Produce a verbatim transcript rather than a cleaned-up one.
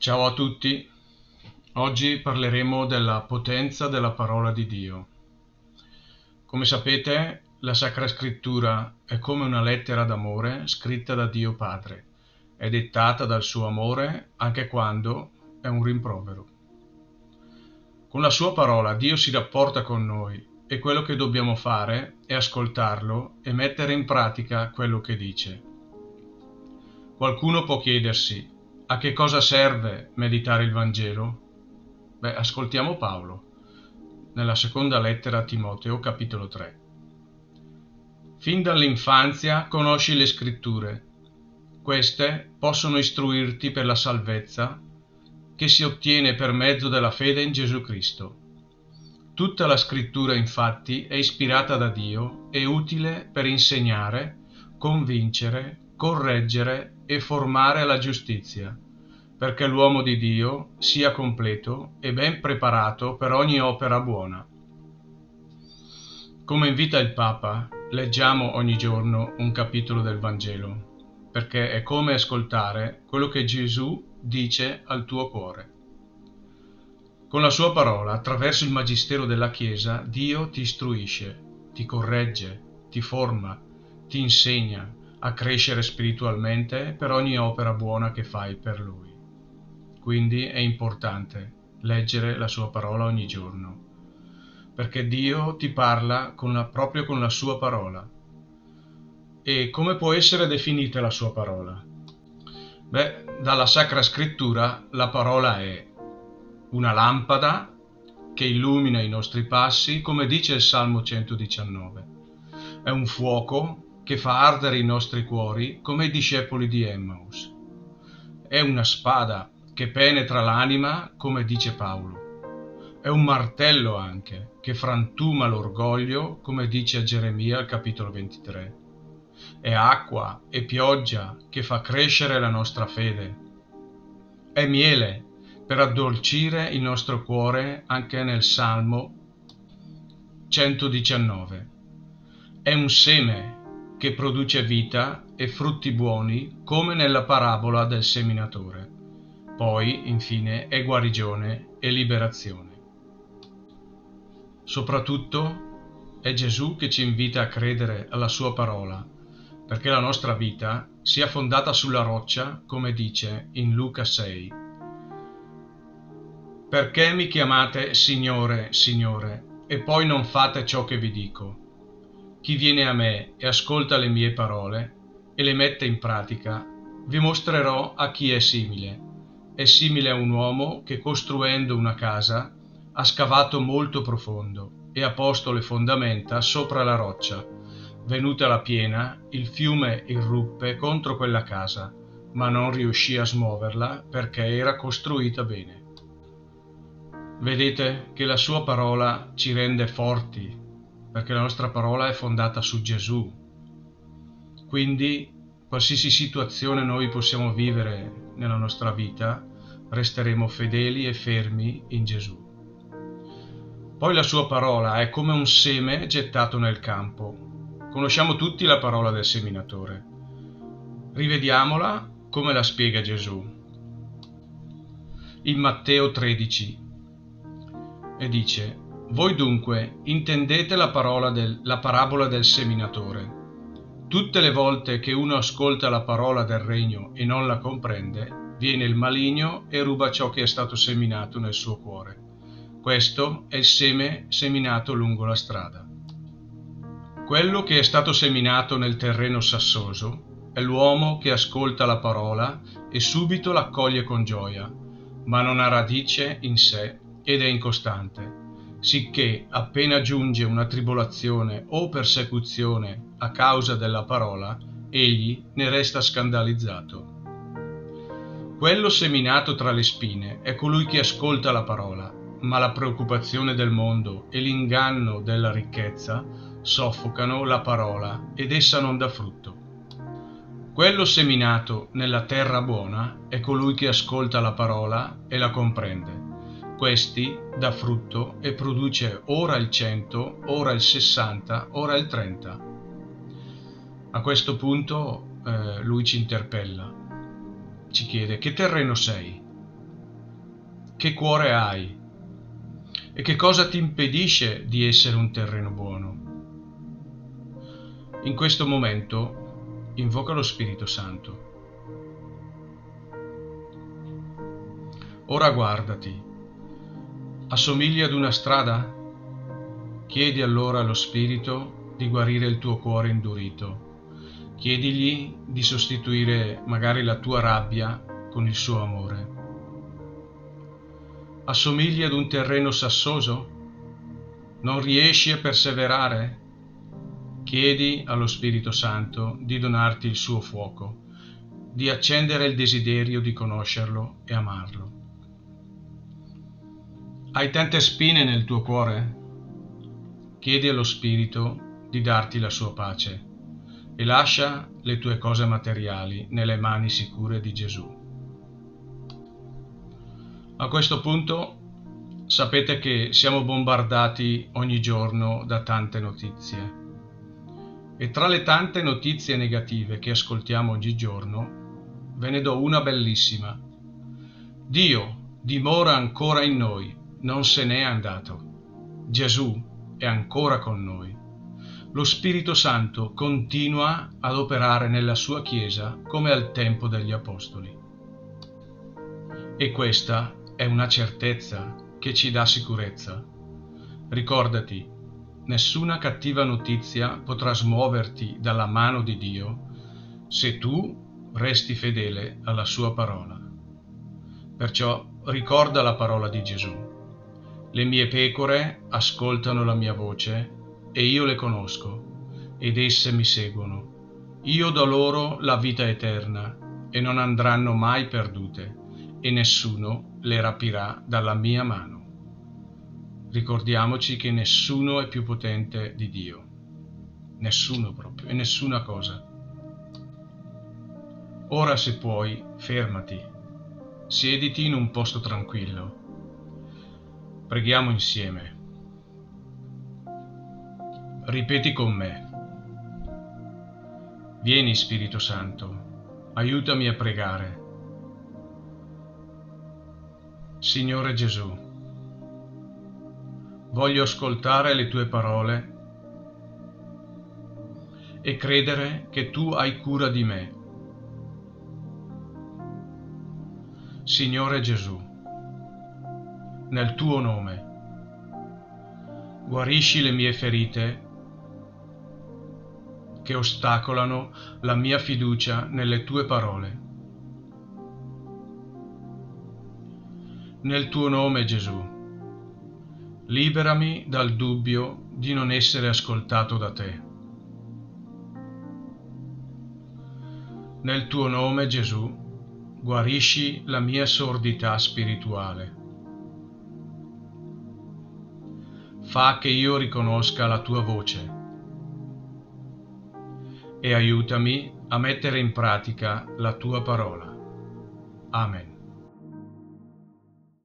Ciao a tutti, oggi parleremo della potenza della parola di Dio. Come sapete, la Sacra Scrittura è come una lettera d'amore scritta da Dio Padre, è dettata dal suo amore anche quando è un rimprovero. Con la sua parola Dio si rapporta con noi e quello che dobbiamo fare è ascoltarlo e mettere in pratica quello che dice. Qualcuno può chiedersi: a che cosa serve meditare il Vangelo? Beh, ascoltiamo Paolo, nella seconda lettera a Timoteo, capitolo tre. Fin dall'infanzia conosci le Scritture. Queste possono istruirti per la salvezza che si ottiene per mezzo della fede in Gesù Cristo. Tutta la Scrittura, infatti, è ispirata da Dio e utile per insegnare, convincere, correggere e formare alla giustizia, perché l'uomo di Dio sia completo e ben preparato per ogni opera buona. Come invita il Papa, leggiamo ogni giorno un capitolo del Vangelo, perché è come ascoltare quello che Gesù dice al tuo cuore. Con la sua parola, attraverso il magistero della Chiesa, Dio ti istruisce, ti corregge, ti forma, ti insegna a crescere spiritualmente per ogni opera buona che fai per Lui. Quindi è importante leggere la sua parola ogni giorno, perché Dio ti parla con la, proprio con la sua parola. E come può essere definita la sua parola? Beh, dalla Sacra Scrittura la parola è una lampada che illumina i nostri passi, come dice il Salmo centodiciannove. È un fuoco che fa ardere i nostri cuori, come i discepoli di Emmaus. È una spada che penetra l'anima, come dice Paolo. È un martello anche, che frantuma l'orgoglio, come dice Geremia al capitolo ventitré. È acqua e pioggia che fa crescere la nostra fede. È miele per addolcire il nostro cuore, anche nel Salmo centodiciannove. È un seme che produce vita e frutti buoni, come nella parabola del seminatore. Poi, infine, è guarigione e liberazione. Soprattutto è Gesù che ci invita a credere alla sua parola, perché la nostra vita sia fondata sulla roccia, come dice in Luca sei. Perché mi chiamate Signore, Signore, e poi non fate ciò che vi dico? Chi viene a me e ascolta le mie parole e le mette in pratica, vi mostrerò a chi è simile. È simile a un uomo che, costruendo una casa, ha scavato molto profondo e ha posto le fondamenta sopra la roccia. Venuta la piena, il fiume irruppe contro quella casa, ma non riuscì a smuoverla perché era costruita bene. Vedete che la sua parola ci rende forti, perché la nostra parola è fondata su Gesù. Quindi, qualsiasi situazione noi possiamo vivere nella nostra vita, resteremo fedeli e fermi in Gesù. Poi la sua parola è come un seme gettato nel campo. Conosciamo tutti la parola del seminatore. Rivediamola come la spiega Gesù. In Matteo tredici, e dice: voi dunque intendete la, parola del, la parabola del seminatore. Tutte le volte che uno ascolta la parola del regno e non la comprende, viene il maligno e ruba ciò che è stato seminato nel suo cuore. Questo è il seme seminato lungo la strada. Quello che è stato seminato nel terreno sassoso è l'uomo che ascolta la parola e subito l'accoglie con gioia, ma non ha radice in sé ed è incostante, sicché appena giunge una tribolazione o persecuzione a causa della parola, egli ne resta scandalizzato. Quello seminato tra le spine è colui che ascolta la parola, ma la preoccupazione del mondo e l'inganno della ricchezza soffocano la parola ed essa non dà frutto. Quello seminato nella terra buona è colui che ascolta la parola e la comprende. Questi dà frutto e produce ora il cento, ora il sessanta, ora il trenta. A questo punto eh, lui ci interpella, ci chiede: che terreno sei? che cuore hai e che cosa ti impedisce di essere un terreno buono. In questo momento invoca lo Spirito Santo. Ora guardati. Assomigli ad una strada? Chiedi allora allo Spirito di guarire il tuo cuore indurito. Chiedigli di sostituire magari la tua rabbia con il suo amore. Assomigli ad un terreno sassoso? Non riesci a perseverare? Chiedi allo Spirito Santo di donarti il suo fuoco, di accendere il desiderio di conoscerlo e amarlo. Hai tante spine nel tuo cuore? Chiedi allo Spirito di darti la sua pace e lascia le tue cose materiali nelle mani sicure di Gesù. A questo punto sapete che siamo bombardati ogni giorno da tante notizie e tra le tante notizie negative che ascoltiamo ogni giorno ve ne do una bellissima. Dio dimora ancora in noi, non se n'è andato. Gesù è ancora con noi. Lo Spirito Santo continua ad operare nella sua Chiesa come al tempo degli Apostoli. E questa è una certezza che ci dà sicurezza. Ricordati, nessuna cattiva notizia potrà smuoverti dalla mano di Dio se tu resti fedele alla sua parola. Perciò ricorda la parola di Gesù. Le mie pecore ascoltano la mia voce e io le conosco ed esse mi seguono. Io do loro la vita eterna e non andranno mai perdute e nessuno le rapirà dalla mia mano. Ricordiamoci che nessuno è più potente di Dio. Nessuno proprio e nessuna cosa. Ora se puoi, fermati. Siediti in un posto tranquillo. Preghiamo insieme. Ripeti con me. Vieni Spirito Santo, aiutami a pregare. Signore Gesù, voglio ascoltare le tue parole e credere che tu hai cura di me. Signore Gesù, nel tuo nome, guarisci le mie ferite che ostacolano la mia fiducia nelle tue parole. Nel tuo nome, Gesù, liberami dal dubbio di non essere ascoltato da te. Nel tuo nome, Gesù, guarisci la mia sordità spirituale. Fa che io riconosca la tua voce e aiutami a mettere in pratica la tua parola. Amen.